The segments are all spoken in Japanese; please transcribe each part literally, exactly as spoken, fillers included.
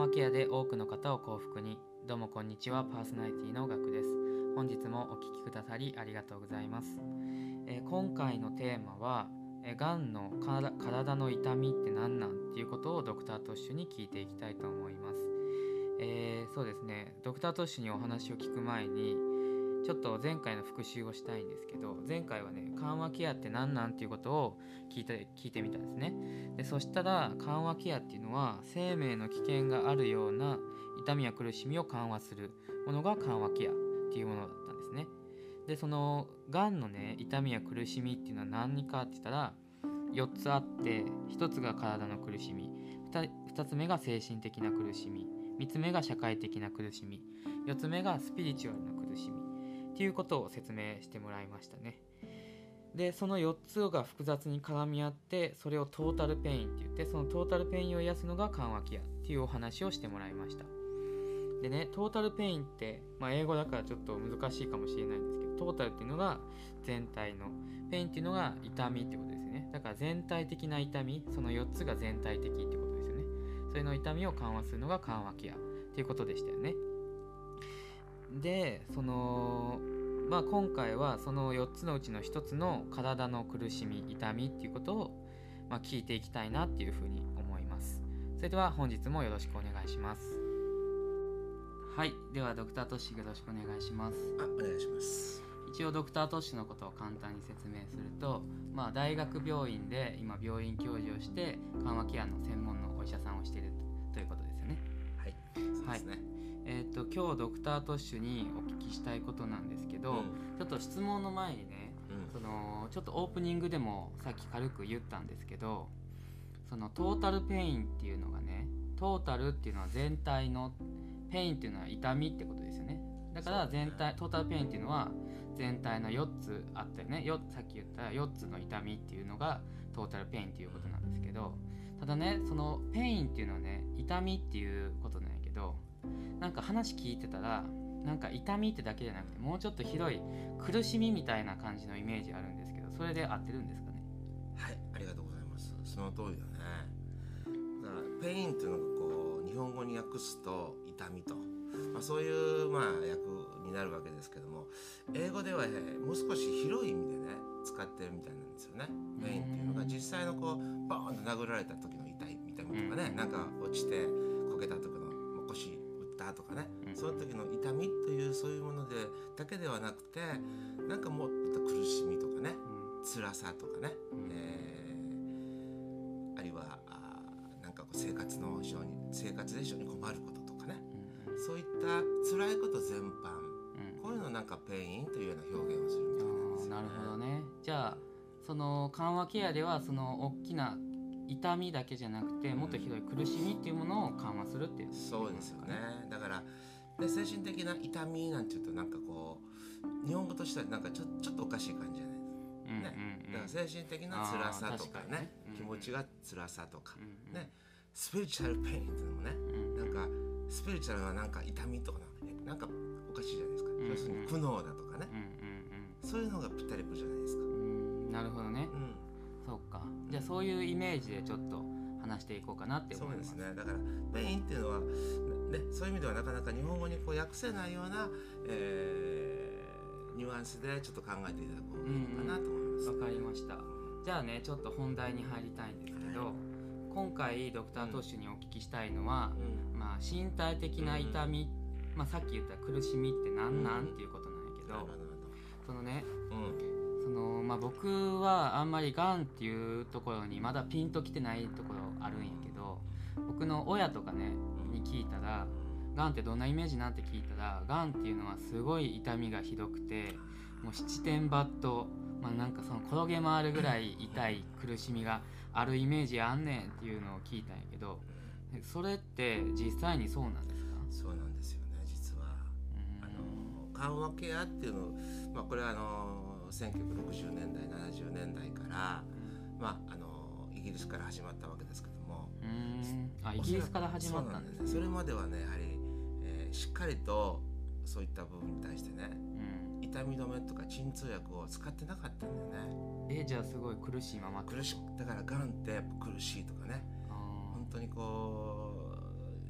和ケアで多くの方を幸福に。どうもこんにちは、パーソナリティのガクです。本日もお聞きくださりありがとうございます。えー、今回のテーマは、えー、がんのから体の痛みって何なんっていうことをドクタートッシュに聞いていきたいと思います。えー、そうですね、ドクタートッシュにお話を聞く前にちょっと前回の復習をしたいんですけど、前回はね、緩和ケアって何なんっていうことを聞いて聞いてみたんですね。でそしたら緩和ケアっていうのは生命の危険があるような痛みや苦しみを緩和するものが緩和ケアっていうものだったんですね。でそのがんのね痛みや苦しみっていうのは何かって言ったらよっつあって、ひとつが体の苦しみ、ふたつめが精神的な苦しみ、みっつめが社会的な苦しみ、よっつめがスピリチュアルな苦しみっていうことを説明してもらいましたね。でそのよっつが複雑に絡み合って、それをトータルペインって言って、そのトータルペインを癒すのが緩和ケアっていうお話をしてもらいました。でね、トータルペインって、まあ、英語だからちょっと難しいかもしれないんですけど、トータルっていうのが全体の、ペインっていうのが痛みってことですよね。だから全体的な痛み、そのよっつが全体的ってことですよね。それの痛みを緩和するのが緩和ケアっていうことでしたよね。でそのまあ今回はそのよっつのうちのひとつの体の苦しみ痛みっていうことを、まあ、聞いていきたいなっていうふうに思います。それでは本日もよろしくお願いします。はい、ではドクタートッシュよろしくお願いします。 あ、お願いします。 一応ドクタートッシュのことを簡単に説明すると、まあ、大学病院で今病院教授をして緩和ケアの専門のお医者さんをしているということですよね。 はい、そうですね。 はい、えー、と今日ドクタートッシュにお聞きしたいことなんですけど、うん、ちょっと質問の前にね、うん、そのちょっとオープニングでもさっき軽く言ったんですけど、そのトータルペインっていうのがね、トータルっていうのは全体の、ペインっていうのは痛みってことですよね。だから全体、トータルペインっていうのは全体のよっつあったよね。よさっき言ったよっつの痛みっていうのがトータルペインっていうことなんですけど、ただね、そのペインっていうのはね、痛みっていうことなんやけど、なんか話聞いてたら、なんか痛みってだけじゃなくてもうちょっと広い苦しみみたいな感じのイメージあるんですけど、それで合ってるんですかね。 はい、ありがとうございます。その通りだね。だからペインっていうのがこう日本語に訳すと痛みと、まあ、そういうまあ訳になるわけですけども、英語では、ね、もう少し広い意味でね使ってるみたいなんですよね。ペインっていうのが実際のこうバーンと殴られた時の痛い痛みとかね、なんか落ちてこけた時の腰打ったとかね、うん、その時の痛みというそういうものでだけではなくて、なんかもっと苦しみとかね、うん、辛さとかね、うん、えー、あるいはあなんかこう生活の非常に生活で非常に困ることとかね、うん、そういった辛いこと全般、うん、こういうのをなんかペインというような表現をするみたいなんですよね。 なるほどね。じゃあその緩和ケアではその大きな痛みだけじゃなくて、もっとひどい苦しみっていうものを緩和するっていう、ね、 そうですよね。だからで精神的な痛みなんていうとなんかこう日本語としてはなんかちょ、ちょっとおかしい感じじゃないですか、ね、うんうんうん、だから精神的な辛さとかね、うんうん、気持ちが辛さとか、うんうん、ね、スピリチュアルペインっていうのもね、うん、なんかスピリチュアルはなんか痛みとかなんかおかしいじゃないですか、うんうん、要するに苦悩だとかね、うんうんうん、そういうのがぴったりくるじゃないですか。 うん、なるほどね、うん、そうか。じゃあそういうイメージでちょっと話していこうかなって思います。 そうですね。だからペインっていうのは、ね、そういう意味ではなかなか日本語にこう訳せないような、えー、ニュアンスでちょっと考えていただく方がいいのかなと思います。わ、 うんうん、かりました。じゃあね、ちょっと本題に入りたいんですけど、はい、今回ドクタートッシュにお聞きしたいのは、うん、まあ、身体的な痛み、うん、まあ、さっき言った苦しみって何なん、うん、っていうことなんやけど、そのね、うんそのまあ、僕はあんまりがんっていうところにまだピンときてないところあるんやけど、僕の親とかねに聞いたら、がんってどんなイメージなんて聞いたら、がんっていうのはすごい痛みがひどくて、もう七点抜刀、まあ、なんかその転げ回るぐらい痛い苦しみがあるイメージあんねんっていうのを聞いたんやけど、それって実際にそうなんですか？ そうなんですよね。実はあの緩和ケアっていうの、まあ、これはあのせんきゅうひゃくろくじゅうねんだいななじゅうねんだいから、うん、まあ、あのイギリスから始まったわけですけども、 うーんあイギリスから始まったんですね。 それまではねやはり、えー、しっかりとそういった部分に対してね、うん、痛み止めとか鎮痛薬を使ってなかったんだよね。 えじゃあすごい苦しいまま苦しだからがんってやっぱ苦しいとかね、本当にこう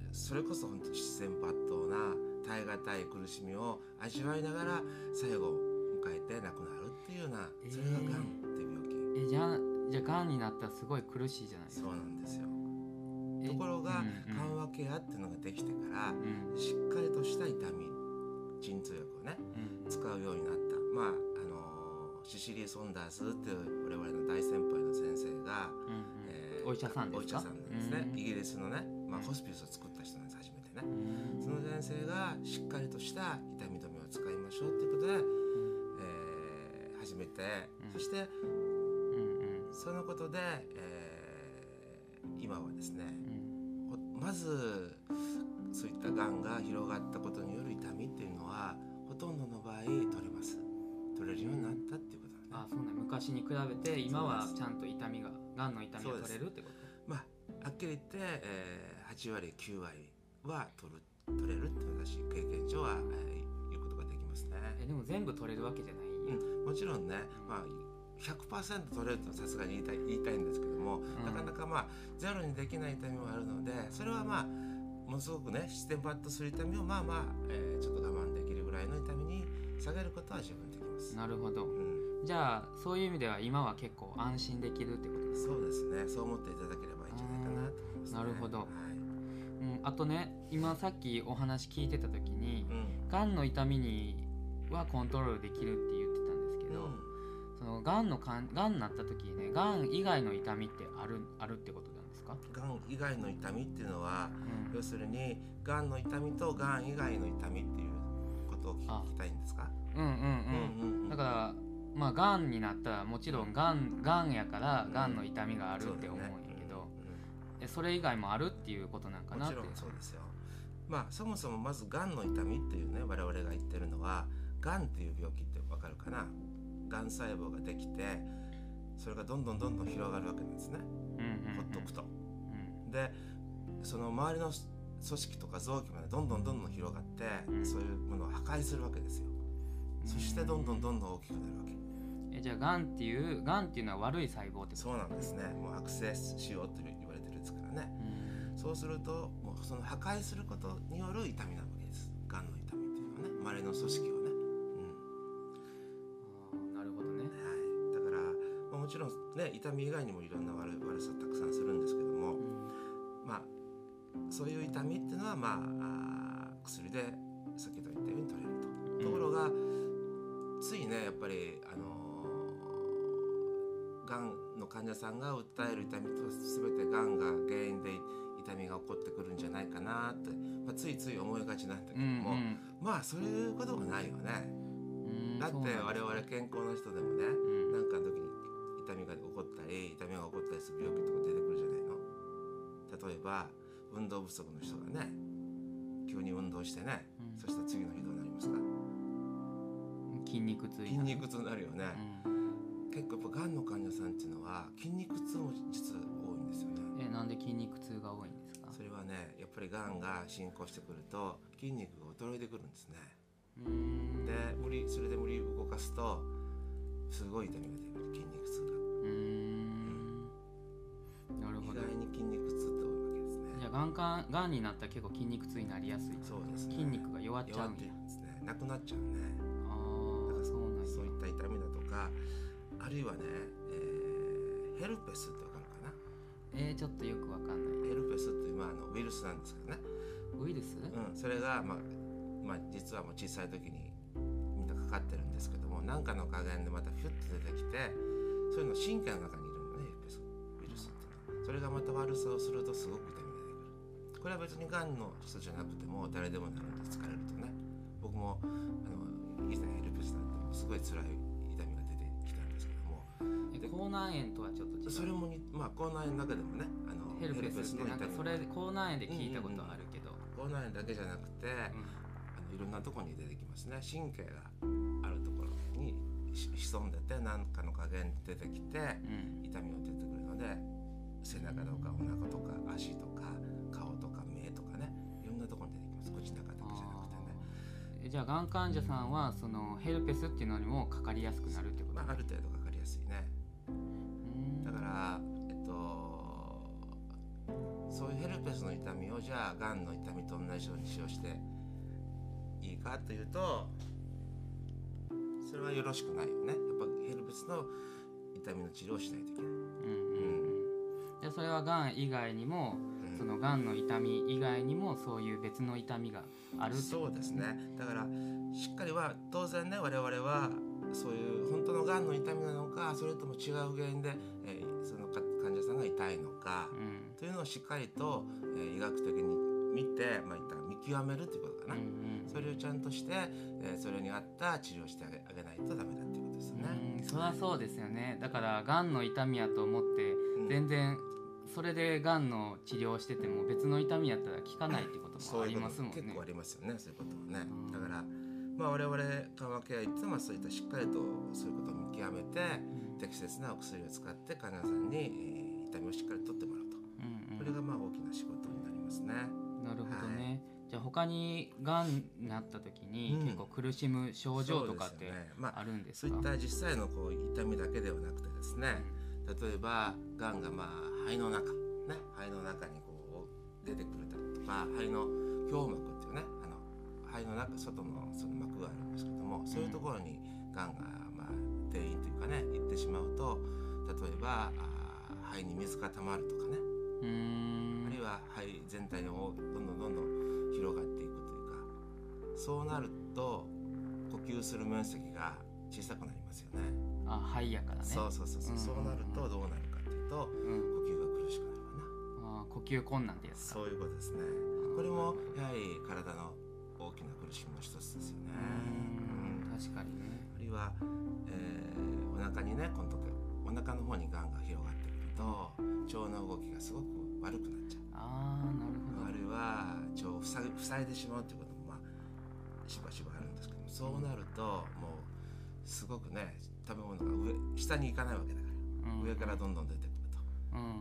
それこそ本当に自然抜刀な耐え難い苦しみを味わいながら最後を迎えて亡くなるっていうような、それががんっていう病気。 えじゃあじゃあがんになったらすごい苦しいじゃないですか。 そうなんですよ。 えところが、 うんうん緩和ケアっていうのができてから、 うんしっかりとした痛み鎮痛薬をねうん使うようになった。まああのシシリー・ソンダースっていう我々の大先輩の先生が、 うんうんえお医者さんですか？ お医者さんなんですね、 うんイギリスのね、まあ、 うんホスピスを作った人なんです初めてね。 うんその先生がしっかりとした痛み止めを使いましょうということで、えー始めて、 うんそしてうんそのことで、えー今はですね、 うんうんほまずそういったがんが広がったことによる痛みっていうのはほとんどの場合取れます。取れるようになったっていうことだね。 あそうね、昔に比べて今はちゃんと痛みががんの痛みが取れるってこと。 まあはっきり言って、えーはち割きゅう割は取る取れるって私経験上は、えー、いうことができますね。 えでも全部取れるわけじゃない。 うん、もちろんね、まあひゃくパーセント取れるとさすがに言いたい言いたいんですけども、 んなかなかまあゼロにできない痛みもあるので、それはまあものすごくね自然抜刀する痛みをまあまあ、えーちょっと我慢できるぐらいの痛みに下げることは十分できます。 なるほど。 うん、 じゃあそういう意味では今は結構安心できるってことですか。 そうですね。そう思っていただければいいんじゃないかなと思います、ね。 なるほどはい。 うん、あとね今さっきお話聞いてた時にうん。 がんの痛みにはコントロールできるって言ってたんですけど、そのがんのかんがんになった時にねがん以外の痛みってあるあるってことなんですか？ がん以外の痛みっていうのは、 うん要するにがんの痛みとがん以外の痛みっていうことをあ聞きたいんですか？ うんうんうん、 うんうんだからまあがんになったらもちろんがんがんやからうんがんの痛みがあるそうだよって思うんねやけど、 うんえそれ以外もあるっていうことなんかなって。 もちろんそうですよ。まあそもそもまずがんの痛みっていうね我々が言ってるのは、がんっていう病気ってわかるかな？がん細胞ができてそれがどんどんどんどん広がるわけなんですね、 うんうんうんほっとくと。 うんでその周りの組織とか臓器までどんどんどんどん広がって、 うんそういうものを破壊するわけですよ。そしてどんどんどんどん大きくなるわけ。 えじゃあがんっていうがんっていうのは悪い細胞ってこと？ そうなんですね。もう悪性腫瘍って言われてるんですからね。 うんそうするともうその破壊することによる痛みなわけです。がんの痛みっていうのはね、周りの組織をね、 あーなるほどね。 うん、はい。だから、まあ、もちろんね痛み以外にもいろんな悪悪さたくさんするんですけども、 うんまあそういう痛みっていうのはまああー薬でさっきと言ったように取れると。ところがついねやっぱりあのがんの患者さんが訴える痛みと全てがんが原因で痛みが起こってくるんじゃないかなって、まあ、ついつい思いがちなんだけども、 うんまあそういうこともないよね。 うん、 だって我々 ん健康な人でもね、 うんなんかの時に痛みが起こったり痛みが起こったりする病気とか出てくるじゃないの。例えば運動不足の人がね急に運動してね、 うんそしたら次の日どうなりますか？ 筋肉痛に筋なる肉痛になるよね。 うん、 結構やっぱがんの患者さんっていうのは筋肉痛も実は多いんですよね。 えなんで筋肉痛が多いんですか？ それはねやっぱりがんが進行してくると筋肉が衰えてくるんですね。 うーんで無理それで無理動かすとすごい痛みが出る筋肉痛が。 うーんなるほど。 意外に筋肉痛って多いわけですね。 じゃあがんかがんになったら結構筋肉痛になりやすい。 そうですね。 筋肉が弱っちゃうんや弱っている。んですね。なくなっちゃうね。 ああそうなんや。 そういった痛みだとかあるいはね、えーヘルペスってわかるかな？ えー、ちょっとよくわかんない。 ヘルペスっていう、まあ、あのウイルスなんですけどね。 ウイルス？ うん、それが、まあまあ、実はもう小さい時にみんなかかってるんですけども、何かの加減でまたフュッと出てきて、そういうの神経の中にいるのね、ヘルペスウイルスっていうのは。それがまた悪さをするとすごく痛みが出てくる。これは別にがんの人じゃなくても誰でもなるんで、疲れるとね。僕もあの以前ヘルペスなんてもうすごい辛い痛みが出てきたんですけども、 え口内炎とはちょっと違う。 それもに、まあ、口内炎の中でもね、あのヘルペスってなんかそれ口内炎で聞いたことあるけど、 口内炎だけじゃなくて、 うんあのいろんなところに出てきますね。神経があるところにし潜んでて何かの加減で出てきてうん痛みが出てくるので、背中とかお腹とか足とか顔とか目とかね、いろんなところに出てきます。口の中だけじゃなくてね。 あーえじゃあがん患者さんはそのヘルペスっていうのにもかかりやすくなるってこと？ まあ、ある程度かかりやすいね。 うーんだからえっとそういうヘルペペスの痛みをじゃあがんの痛みと同じように使用していいかというと、それはよろしくないよね。やっぱヘルペスの痛みの治療をしないといけない。うんうんうん、 でそれはがん以外にも、うん、そのがんの痛み以外にもそういう別の痛みがあるってことですね。 そうですね。だからしっかりは当然ね、我々はそういう本当のがんの痛みなのか、それとも違う原因で、えー、その患者さんが痛いのか、うん、というのをしっかりと、えー、医学的に見て、まあ、見極めるということかな、うんうん、それをちゃんとして、えー、それに合った治療をしてあ げ, あげないとダメだっていうことですよね。 うん、そりゃそうですよね。だからがんの痛みやと思って、うん、全然それでがんの治療をしてても別の痛みやったら効かないってこともありますもんね。 そういうこと結構ありますよね、そういうことはね、うん、だからまあ、我々緩和ケアいつもそういったしっかりとそういうことを見極めて、うん、適切なお薬を使って患者さんに、えー、痛みをしっかりとってもらうと、うんうん、これがまあ大きな仕事になりますね。 なるほどね、はい、じゃあ他にがんになった時に結構苦しむ症状とかってあるんですか？ そうですよね。まあ、そういった実際のこう痛みだけではなくてですね、うん、例えばがんがまあ肺の中、ね、肺の中にこう出てくるだとか、肺の胸膜っていうね、あの肺の中外のその膜があるんですけども、そういうところにがんがまあ転移というかね行ってしまうと、例えばあ肺に水が溜まるとかね、うーんあるいは肺全体にどんどんどんどん広がっていくというか、そうなると呼吸する面積が小さくなりますよね。 あ、肺やからね。 そうそうそうそう、うんうんうん、そうなるとどうなるかというと、うん、呼吸が苦しくなるわな。 あ、呼吸困難ってやつか。 そういうことですね。これもやはり体の大きな苦しみの一つですよね。 うん、確かにね。 あるいは、えー、お腹にね、この時お腹の方にがんが広がってくると腸の動きがすごく悪くなっちゃう。 あー、なるほど。 あるいは腸を塞い、塞いでしまうということもまあしばしばあるんですけども、そうなるともうすごくね、食べ物が上下に行かないわけだから、うん、上からどんどん出てくると、うんうんうん、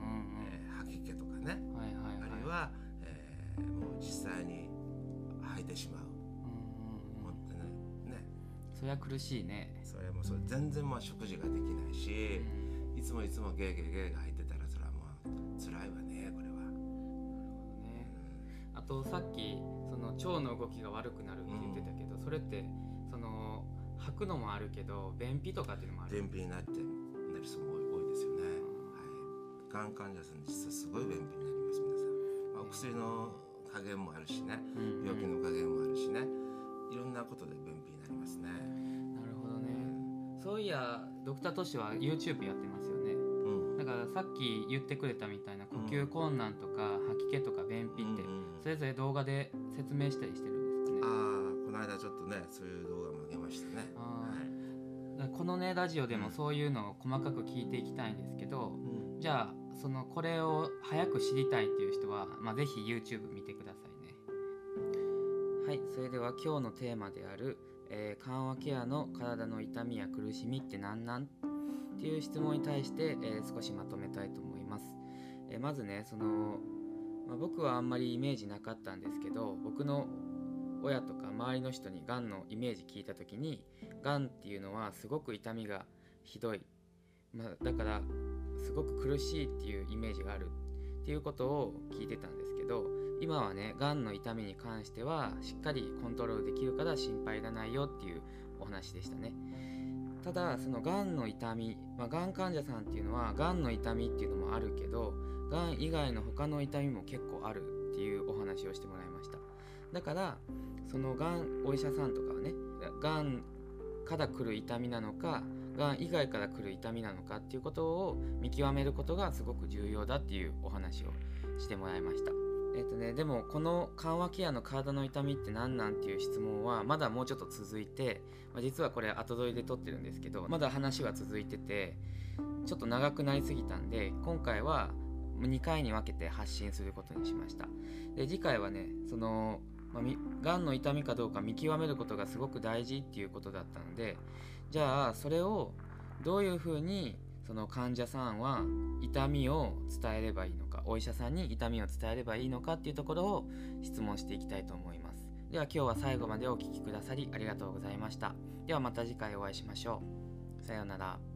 えー、吐き気とかね、はいはいはい、あるいは、えー、もう実際に吐いてしまう、うんうんうん、もうね、 そりゃ苦しいね。 それもそれ全然まあ食事ができないし、うん、いつもいつもゲーゲーゲーが吐いてたらそれはもう辛いわね、これは。なるほどね。あとさっきその腸の動きが悪くなるって言ってたけど、うん、それってその吐くのもあるけど便秘とかっていうのもある。 便秘になってなる人も多いですよね、うん、はい。がん患者さん実はすごい便秘になります、皆さん、まあ、お薬の加減もあるしね、うん、病気の加減もあるしね、いろんなことで便秘になりますね。 なるほどね、うん、そういやドクタートシは YouTube やってますよね、うん、だからさっき言ってくれたみたいな呼吸困難とか吐き気とか便秘ってそれぞれ動画で説明したりしてるんですかね。 ああ、この間ちょっとねそういう動画も上げましたね。あ、 はい、このねラジオでもそういうのを細かく聞いていきたいんですけど、うん、じゃあそのこれを早く知りたいっていう人は、まあ、ぜひ YouTube 見てくださいね。はい、それでは今日のテーマである、えー、緩和ケアの体の痛みや苦しみって何なんっていう質問に対して、えー、少しまとめたいと思います。えー、まずねその、まあ、僕はあんまりイメージなかったんですけど、僕の親とか周りの人にがんのイメージ聞いた時に、がんっていうのはすごく痛みがひどい、まあ、だからすごく苦しいっていうイメージがあるっていうことを聞いてたんですけど、今はねがんの痛みに関してはしっかりコントロールできるから心配いらないよっていうお話でしたね。ただそのがんの痛み、まあ、がん患者さんっていうのはがんの痛みっていうのもあるけど、がん以外の他の痛みも結構あるっていうお話をしてもらいました。だからそのがんお医者さんとかはね、がんから来る痛みなのかがん以外から来る痛みなのかっていうことを見極めることがすごく重要だっていうお話をしてもらいました。えっとね、でもこの緩和ケアの体の痛みって何なんっていう質問はまだもうちょっと続いて、まあ、実はこれ後撮りで撮ってるんですけど、まだ話は続いててちょっと長くなりすぎたんで、今回はにかいに分けて発信することにしました。で次回はねそのまあ、がんの痛みかどうか見極めることがすごく大事っていうことだったので、じゃあそれをどういうふうにその患者さんは痛みを伝えればいいのか、お医者さんに痛みを伝えればいいのかっていうところを質問していきたいと思います。では今日は最後までお聞きくださりありがとうございました。ではまた次回お会いしましょう。さようなら。